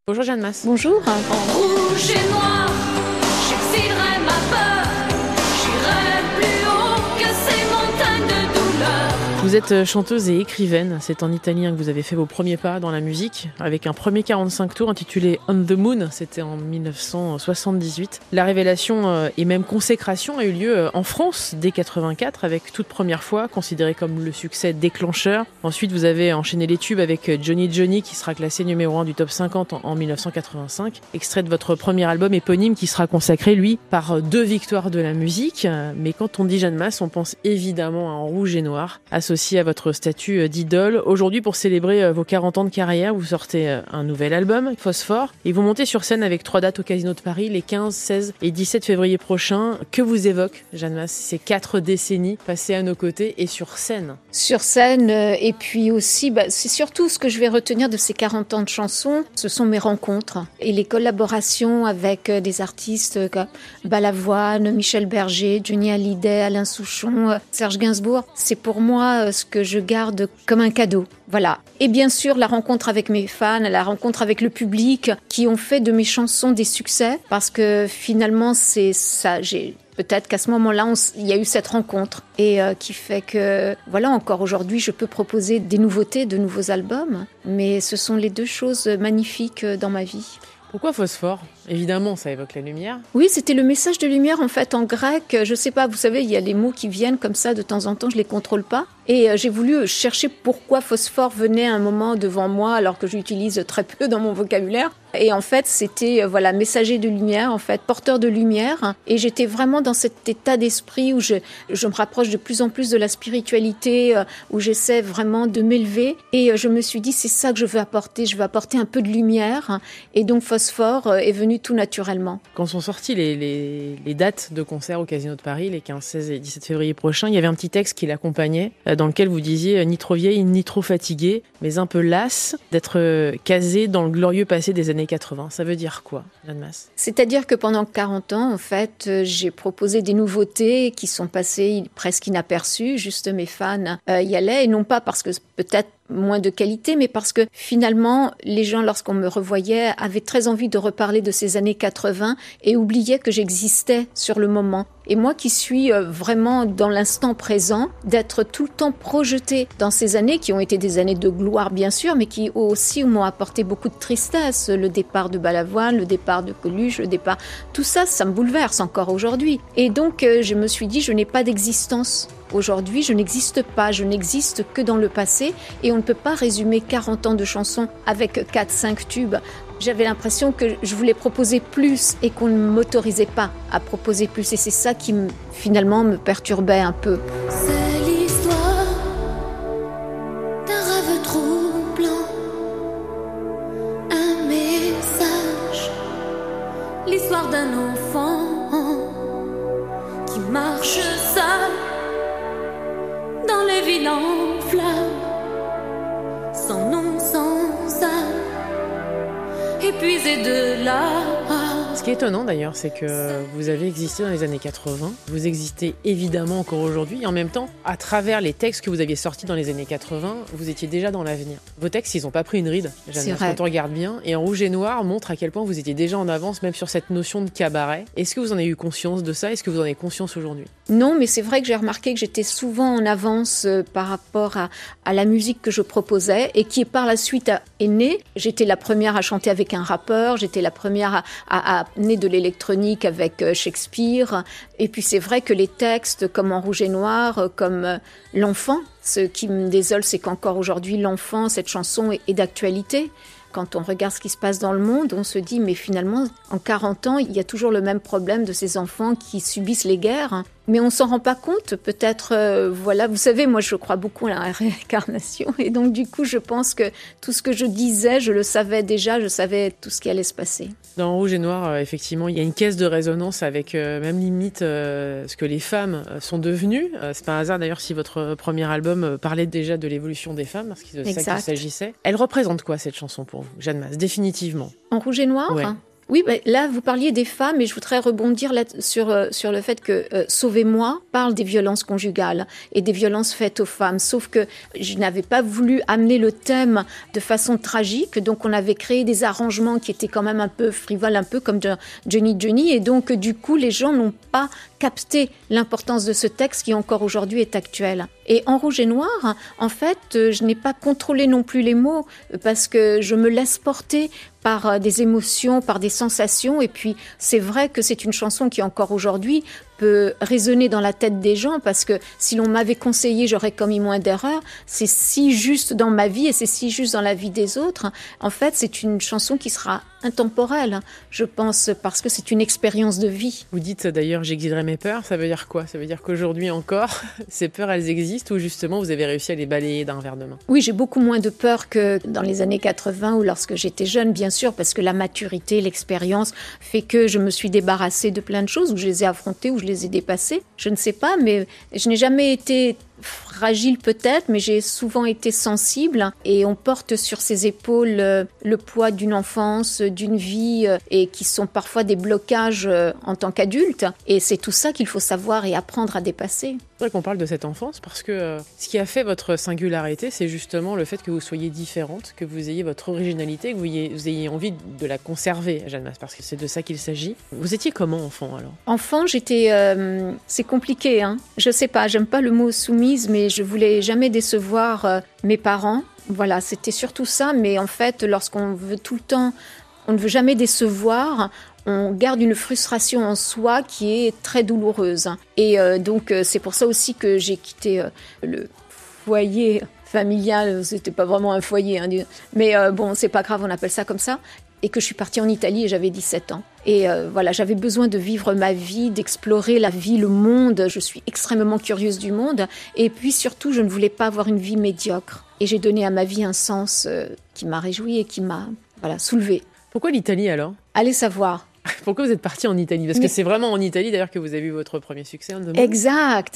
Bonjour Jeanne Mas. Bonjour. En rouge et noir, j'exilerai ma peur, j'irai plus haut que ces montagnes de douleur. Vous êtes chanteuse et écrivaine, c'est en italien que vous avez fait vos premiers pas dans la musique, avec un premier 45 tours intitulé On the Moon, c'était en 1978. La révélation et même consécration a eu lieu en France dès 84, avec toute première fois, considéré comme le succès déclencheur. Ensuite, vous avez enchaîné les tubes avec Johnny Johnny, qui sera classé numéro 1 du top 50 en 1985, extrait de votre premier album éponyme qui sera consacré, lui, par 2 victoires de la musique. Mais quand on dit Jeanne Mas, on pense évidemment à En rouge et noir, associé à votre statut d'idole. Aujourd'hui, pour célébrer vos 40 ans de carrière, vous sortez un nouvel album, Phosphore, et vous montez sur scène avec 3 dates au Casino de Paris, les 15, 16 et 17 février prochains. Que vous évoque, Jeanne Mas, ces 4 décennies passées à nos côtés et sur scène? Sur scène, et puis aussi, c'est surtout ce que je vais retenir de ces 40 ans de chansons, ce sont mes rencontres et les collaborations avec des artistes comme Balavoine, Michel Berger, Johnny Hallyday, Alain Souchon, Serge Gainsbourg. C'est pour moi ce que je garde comme un cadeau. Voilà. Et bien sûr, la rencontre avec mes fans, la rencontre avec le public qui ont fait de mes chansons des succès parce que finalement, c'est ça. Peut-être qu'à ce moment-là, il y a eu cette rencontre et qui fait que, voilà, encore aujourd'hui, je peux proposer des nouveautés, de nouveaux albums. Mais ce sont les 2 choses magnifiques dans ma vie. Pourquoi Phosphore? Évidemment, ça évoque la lumière. Oui, c'était le message de lumière en fait en grec. Je sais pas, vous savez, il y a les mots qui viennent comme ça de temps en temps, je les contrôle pas. Et j'ai voulu chercher pourquoi phosphore venait à un moment devant moi alors que j'utilise très peu dans mon vocabulaire. Et en fait, c'était messager de lumière, en fait, porteur de lumière. Et j'étais vraiment dans cet état d'esprit où je me rapproche de plus en plus de la spiritualité, où j'essaie vraiment de m'élever. Et je me suis dit, c'est ça que je veux apporter. Je veux apporter un peu de lumière. Et donc, phosphore est venu tout naturellement. Quand sont sorties les dates de concert au Casino de Paris, les 15, 16 et 17 février prochains, il y avait un petit texte qui l'accompagnait, dans lequel vous disiez ni trop vieille, ni trop fatiguée, mais un peu lasse d'être casée dans le glorieux passé des années 80. Ça veut dire quoi, Jeanne Mas? C'est-à-dire que pendant 40 ans, en fait, j'ai proposé des nouveautés qui sont passées presque inaperçues. Juste mes fans y allaient, et non pas parce que peut-être moins de qualité, mais parce que finalement, les gens, lorsqu'on me revoyait, avaient très envie de reparler de ces années 80 et oubliaient que j'existais sur le moment. Et moi qui suis vraiment dans l'instant présent, d'être tout le temps projetée dans ces années qui ont été des années de gloire bien sûr, mais qui aussi m'ont apporté beaucoup de tristesse. Le départ de Balavoine, le départ de Coluche, tout ça, ça me bouleverse encore aujourd'hui. Et donc je me suis dit, je n'ai pas d'existence. Aujourd'hui, je n'existe pas, je n'existe que dans le passé et on ne peut pas résumer 40 ans de chansons avec 4-5 tubes. J'avais l'impression que je voulais proposer plus et qu'on ne m'autorisait pas à proposer plus et c'est ça qui finalement me perturbait un peu. C'est l'histoire d'un rêve troublant, un message, l'histoire d'un enfant qui marche seul dans les villes en flammes, sans nom, sans âme, épuisé de l'art. Ce qui est étonnant d'ailleurs, c'est que vous avez existé dans les années 80, vous existez évidemment encore aujourd'hui, et en même temps, à travers les textes que vous aviez sortis dans les années 80, vous étiez déjà dans l'avenir. Vos textes, ils n'ont pas pris une ride, Jeanne Mas, quand on regarde bien, et En rouge et noir montre à quel point vous étiez déjà en avance, même sur cette notion de cabaret. Est-ce que vous en avez eu conscience de ça? Est-ce que vous en avez conscience aujourd'hui? Non, mais c'est vrai que j'ai remarqué que j'étais souvent en avance par rapport à la musique que je proposais et qui par la suite est née. J'étais la première à chanter avec un rappeur, j'étais la première à amener de l'électronique avec Shakespeare. Et puis c'est vrai que les textes comme En rouge et noir, comme L'enfant, ce qui me désole, c'est qu'encore aujourd'hui, l'enfant, cette chanson est d'actualité. Quand on regarde ce qui se passe dans le monde, on se dit, mais finalement, en 40 ans, il y a toujours le même problème de ces enfants qui subissent les guerres. Mais on ne s'en rend pas compte, peut-être, vous savez, moi je crois beaucoup à la réincarnation. Et donc du coup, je pense que tout ce que je disais, je le savais déjà, je savais tout ce qui allait se passer. Dans Rouge et Noir, effectivement, il y a une caisse de résonance avec même limite ce que les femmes sont devenues. C'est pas un hasard d'ailleurs si votre premier album parlait déjà de l'évolution des femmes, parce que c'est de ça qu'il s'agissait. Elle représente quoi cette chanson pour vous, Jeanne Mas, définitivement? En Rouge et Noir ? Ouais. Oui, là, vous parliez des femmes et je voudrais rebondir sur le fait que Sauvez-moi parle des violences conjugales et des violences faites aux femmes. Sauf que je n'avais pas voulu amener le thème de façon tragique. Donc, on avait créé des arrangements qui étaient quand même un peu frivoles, un peu comme Johnny. Et donc, du coup, les gens n'ont pas capté l'importance de ce texte qui encore aujourd'hui est actuel. Et en rouge et noir, en fait, je n'ai pas contrôlé non plus les mots parce que je me laisse porter par des émotions, par des sensations. Et puis, c'est vrai que c'est une chanson qui, encore aujourd'hui, peut résonner dans la tête des gens parce que si l'on m'avait conseillé, j'aurais commis moins d'erreurs. C'est si juste dans ma vie et c'est si juste dans la vie des autres. En fait, c'est une chanson qui sera intemporelle, je pense, parce que c'est une expérience de vie. Vous dites d'ailleurs « j'exilerai mes peurs », ça veut dire quoi ? Ça veut dire qu'aujourd'hui encore, ces peurs, elles existent ou justement vous avez réussi à les balayer d'un revers de main ? Oui, j'ai beaucoup moins de peur que dans les années 80 ou lorsque j'étais jeune, bien sûr, parce que la maturité, l'expérience fait que je me suis débarrassée de plein de choses, ou je les ai affrontées, ou je les ai dépassées. Je ne sais pas, mais je n'ai jamais été fragile peut-être, mais j'ai souvent été sensible et on porte sur ses épaules le poids d'une enfance, d'une vie et qui sont parfois des blocages en tant qu'adulte et c'est tout ça qu'il faut savoir et apprendre à dépasser. C'est vrai qu'on parle de cette enfance parce que ce qui a fait votre singularité, c'est justement le fait que vous soyez différente, que vous ayez votre originalité, que vous ayez envie de la conserver, Jeanne Mas, parce que c'est de ça qu'il s'agit. Vous étiez comment enfant alors ? Enfant, j'étais... c'est compliqué, hein. Je sais pas, j'aime pas le mot soumise, mais je voulais jamais décevoir mes parents. Voilà, c'était surtout ça, mais en fait, lorsqu'on veut tout le temps, on ne veut jamais décevoir, on garde une frustration en soi qui est très douloureuse. Et donc, c'est pour ça aussi que j'ai quitté le foyer familial. C'était pas vraiment un foyer, hein, mais bon, c'est pas grave, on appelle ça comme ça. Et que je suis partie en Italie et j'avais 17 ans. Et voilà, j'avais besoin de vivre ma vie, d'explorer la vie, le monde. Je suis extrêmement curieuse du monde. Et puis surtout, je ne voulais pas avoir une vie médiocre. Et j'ai donné à ma vie un sens qui m'a réjouie et qui m'a soulevée. Pourquoi l'Italie alors ? Allez savoir. Pourquoi vous êtes partie en Italie ? Parce que c'est vraiment en Italie d'ailleurs que vous avez eu votre premier succès. Exact.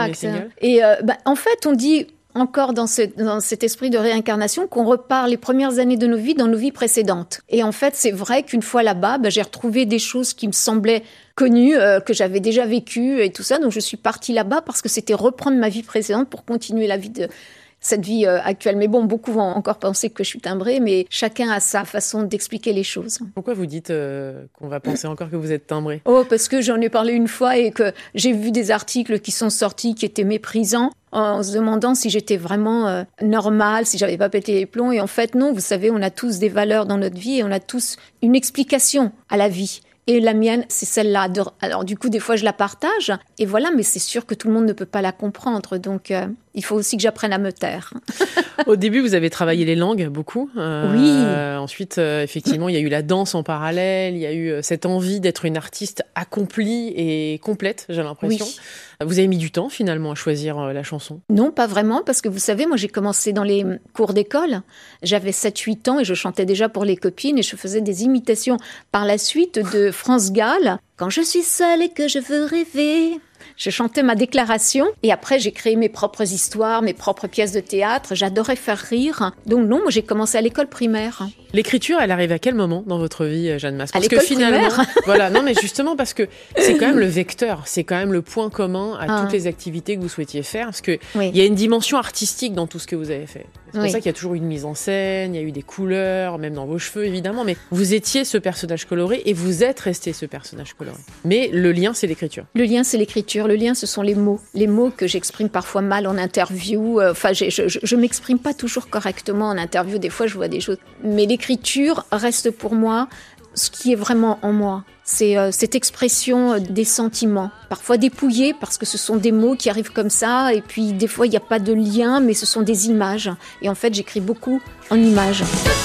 Et en fait, on dit... encore dans cet esprit de réincarnation qu'on repart les premières années de nos vies dans nos vies précédentes. Et en fait, c'est vrai qu'une fois là-bas, j'ai retrouvé des choses qui me semblaient connues, que j'avais déjà vécues et tout ça. Donc je suis partie là-bas parce que c'était reprendre ma vie précédente pour continuer la vie de cette vie actuelle. Mais bon, beaucoup vont encore penser que je suis timbrée, mais chacun a sa façon d'expliquer les choses. Pourquoi vous dites qu'on va penser encore que vous êtes timbrée ? Oh, parce que j'en ai parlé une fois et que j'ai vu des articles qui sont sortis qui étaient méprisants, en se demandant si j'étais vraiment normale, si j'avais pas pété les plombs. Et en fait, non, vous savez, on a tous des valeurs dans notre vie et on a tous une explication à la vie. Et la mienne, c'est celle-là. Alors du coup, des fois, je la partage. Et voilà, mais c'est sûr que tout le monde ne peut pas la comprendre. Donc, il faut aussi que j'apprenne à me taire. Au début, vous avez travaillé les langues beaucoup. Oui. Ensuite, effectivement, il y a eu la danse en parallèle. Il y a eu cette envie d'être une artiste accomplie et complète, j'ai l'impression. Oui. Vous avez mis du temps, finalement, à choisir la chanson ? Non, pas vraiment, parce que vous savez, moi, j'ai commencé dans les cours d'école. J'avais 7-8 ans et je chantais déjà pour les copines et je faisais des imitations par la suite de France Gall. Quand je suis seule et que je veux rêver... Je chantais ma déclaration et après j'ai créé mes propres histoires, mes propres pièces de théâtre. J'adorais faire rire. Donc non, moi j'ai commencé à l'école primaire. L'écriture, elle arrive à quel moment dans votre vie, Jeanne Mas ? Parce que finalement, voilà, non mais justement parce que c'est quand même le vecteur, c'est quand même le point commun à toutes les activités que vous souhaitiez faire, parce que il y a une dimension artistique dans tout ce que vous avez fait. C'est pour ça qu'il y a toujours eu une mise en scène, il y a eu des couleurs, même dans vos cheveux évidemment, mais vous étiez ce personnage coloré et vous êtes resté ce personnage coloré. Mais le lien, c'est l'écriture. Le lien, c'est l'écriture. Le lien, ce sont les mots. Les mots que j'exprime parfois mal en interview. Enfin, je m'exprime pas toujours correctement en interview. Des fois, je vois des choses. Mais l'écriture reste pour moi ce qui est vraiment en moi. C'est cette expression des sentiments. Parfois dépouillés, parce que ce sont des mots qui arrivent comme ça. Et puis, des fois, il n'y a pas de lien, mais ce sont des images. Et en fait, j'écris beaucoup en images.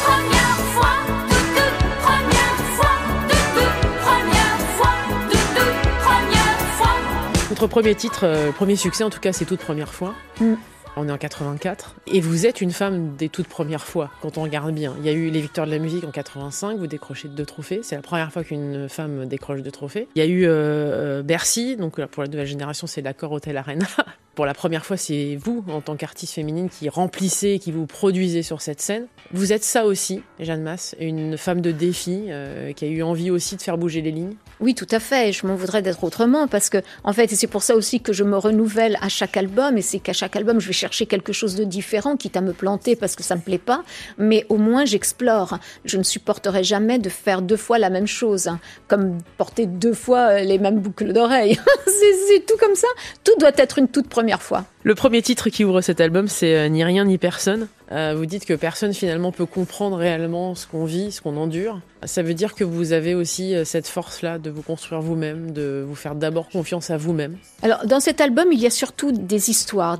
Votre premier titre, premier succès en tout cas, c'est Toute première fois. On est en 84. Et vous êtes une femme des toutes premières fois, quand on regarde bien. Il y a eu les Victoires de la musique en 85, vous décrochez 2 trophées. C'est la première fois qu'une femme décroche 2 trophées. Il y a eu Bercy, donc pour la nouvelle génération, c'est l'Accor Hotel Arena. Pour la première fois, c'est vous, en tant qu'artiste féminine, qui remplissez, qui vous produisez sur cette scène. Vous êtes ça aussi, Jeanne Mas, une femme de défi qui a eu envie aussi de faire bouger les lignes. Oui, tout à fait. Je m'en voudrais d'être autrement parce que, en fait, et c'est pour ça aussi que je me renouvelle à chaque album et c'est qu'à chaque album, je vais chercher quelque chose de différent, quitte à me planter parce que ça me plaît pas. Mais au moins, j'explore. Je ne supporterai jamais de faire 2 fois la même chose, hein, comme porter 2 fois les mêmes boucles d'oreilles. c'est tout comme ça. Tout doit être une toute première fois. Le premier titre qui ouvre cet album, c'est Ni rien ni personne. Vous dites que personne finalement peut comprendre réellement ce qu'on vit, ce qu'on endure. Ça veut dire que vous avez aussi cette force-là de vous construire vous-même, de vous faire d'abord confiance à vous-même. Alors, dans cet album, il y a surtout des histoires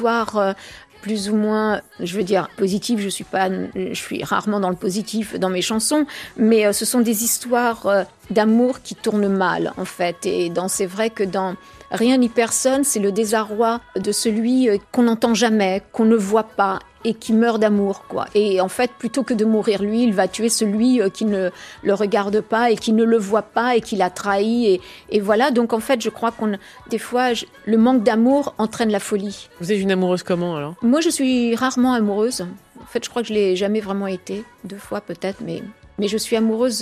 plus ou moins, je veux dire, positives. Je suis rarement dans le positif dans mes chansons, mais ce sont des histoires d'amour qui tournent mal, en fait. Et c'est vrai que dans Rien ni personne, c'est le désarroi de celui qu'on n'entend jamais, qu'on ne voit pas et qui meurt d'amour, quoi. Et en fait, plutôt que de mourir lui, il va tuer celui qui ne le regarde pas et qui ne le voit pas et qui l'a trahi. Et voilà, donc en fait, je crois des fois, le manque d'amour entraîne la folie. Vous êtes une amoureuse comment, alors ? Moi, je suis rarement amoureuse. En fait, je crois que je l'ai jamais vraiment été. 2 fois peut-être, mais je suis amoureuse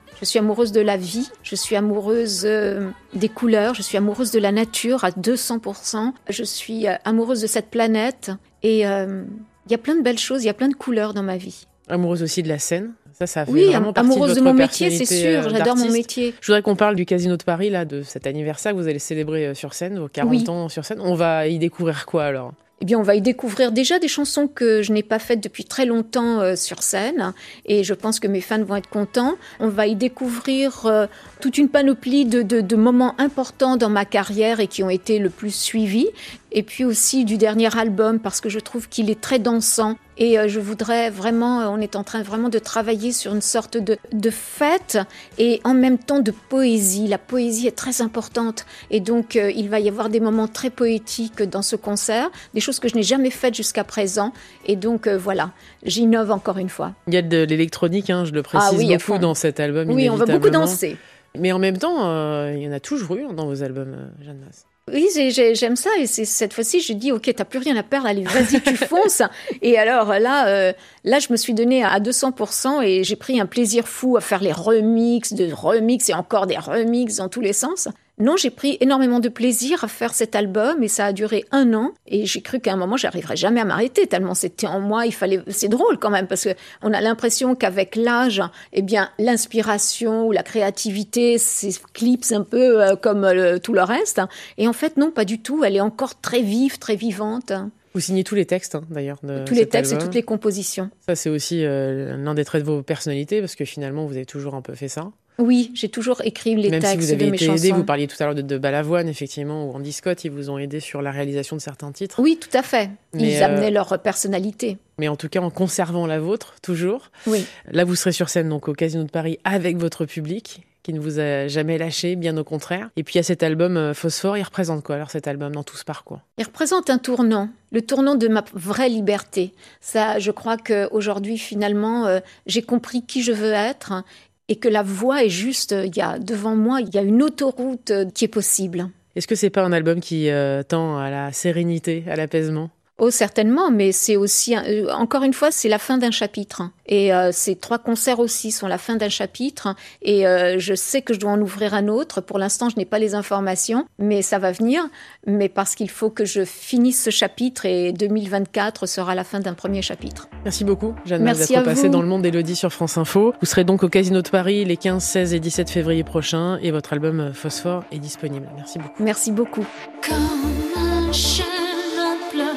de la vie, je suis amoureuse des couleurs, je suis amoureuse de la nature à 200%. Je suis amoureuse de cette planète et il y a plein de belles choses, il y a plein de couleurs dans ma vie. Amoureuse aussi de la scène, ça fait oui, vraiment partie amoureuse de de votre mon métier, c'est sûr, j'adore d'artiste. mon métier. Je voudrais qu'on parle du Casino de Paris, là, de cet anniversaire que vous allez célébrer sur scène, vos 40 ans sur scène. On va y découvrir quoi alors ? Eh bien, on va y découvrir déjà des chansons que je n'ai pas faites depuis très longtemps sur scène, et je pense que mes fans vont être contents. On va y découvrir toute une panoplie de moments importants dans ma carrière et qui ont été le plus suivis. Et puis aussi du dernier album, parce que je trouve qu'il est très dansant. Et je voudrais vraiment, on est en train vraiment de travailler sur une sorte de fête et en même temps de poésie. La poésie est très importante. Et donc, il va y avoir des moments très poétiques dans ce concert, des choses que je n'ai jamais faites jusqu'à présent. Et donc, voilà, j'innove encore une fois. Il y a de l'électronique, hein, je le précise beaucoup dans cet album. Oui, on va beaucoup danser. Mais en même temps, il y en a toujours eu dans vos albums, Jeanne Mas. Oui, j'aime ça et cette fois-ci je dis ok, t'as plus rien à perdre, allez vas-y tu fonces. Et alors là je me suis donnée à 200% et j'ai pris un plaisir fou à faire les remixes et encore des remixes dans tous les sens. Non, j'ai pris énormément de plaisir à faire cet album et ça a duré 1 an et j'ai cru qu'à un moment j'arriverais jamais à m'arrêter tellement c'était en moi, c'est drôle quand même parce que on a l'impression qu'avec l'âge, eh bien l'inspiration ou la créativité s'éclipse un peu comme tout le reste et en fait non, pas du tout, elle est encore très vive, très vivante. Vous signez tous les textes, d'ailleurs. Tous les textes et toutes les compositions. Ça, c'est aussi l'un des traits de vos personnalités, parce que finalement, vous avez toujours un peu fait ça. Oui, j'ai toujours écrit les textes de mes chansons. Même si vous avez été aidé, vous parliez tout à l'heure de Balavoine, effectivement, ou Andy Scott, ils vous ont aidé sur la réalisation de certains titres. Oui, tout à fait. Ils amenaient leur personnalité. Mais en tout cas, en conservant la vôtre, toujours. Oui. Là, vous serez sur scène, donc, au Casino de Paris, avec votre public, qui ne vous a jamais lâché, bien au contraire. Et puis il y a cet album Phosphore, il représente quoi alors cet album dans tout ce parcours ? Il représente un tournant, le tournant de ma vraie liberté. Ça, je crois qu'aujourd'hui, finalement, j'ai compris qui je veux être et que la voie est juste, devant moi, il y a une autoroute qui est possible. Est-ce que c'est pas un album qui tend à la sérénité, à l'apaisement ? Oh, certainement, mais c'est aussi, encore une fois, c'est la fin d'un chapitre. Et ces 3 concerts aussi sont la fin d'un chapitre. Et je sais que je dois en ouvrir un autre. Pour l'instant, je n'ai pas les informations, mais ça va venir. Mais parce qu'il faut que je finisse ce chapitre et 2024 sera la fin d'un premier chapitre. Merci beaucoup, Jeanne Mas, d'être passée dans le monde d'Élodie sur France Info. Vous serez donc au Casino de Paris les 15, 16 et 17 février prochains. Et votre album Phosphore est disponible. Merci beaucoup. Merci beaucoup. Comme un chêne en pleurs,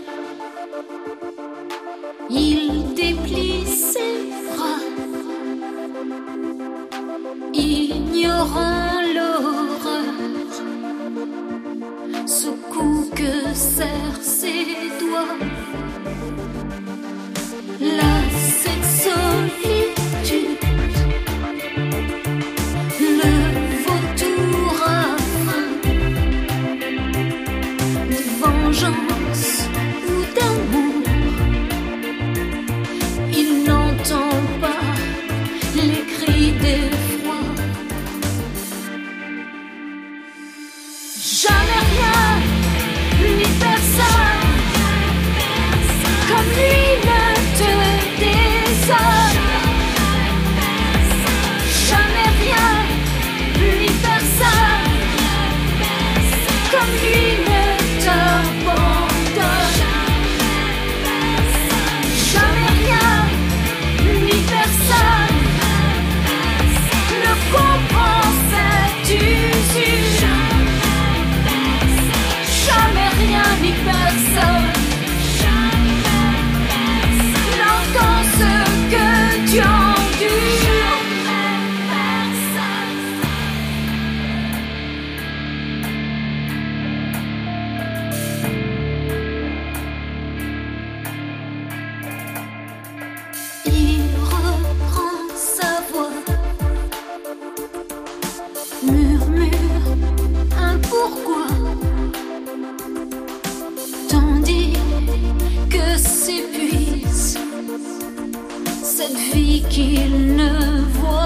il déplie ses bras, ignorant l'horreur, sous coup que serrent ses doigts. Là, cette solitude, le vautour a faim de vengeance ou d'amour. Il n'entend pas les cris d'effroi. Jamais rien, ni personne. murmure un pourquoi, tandis que s'épuise cette vie qu'il ne voit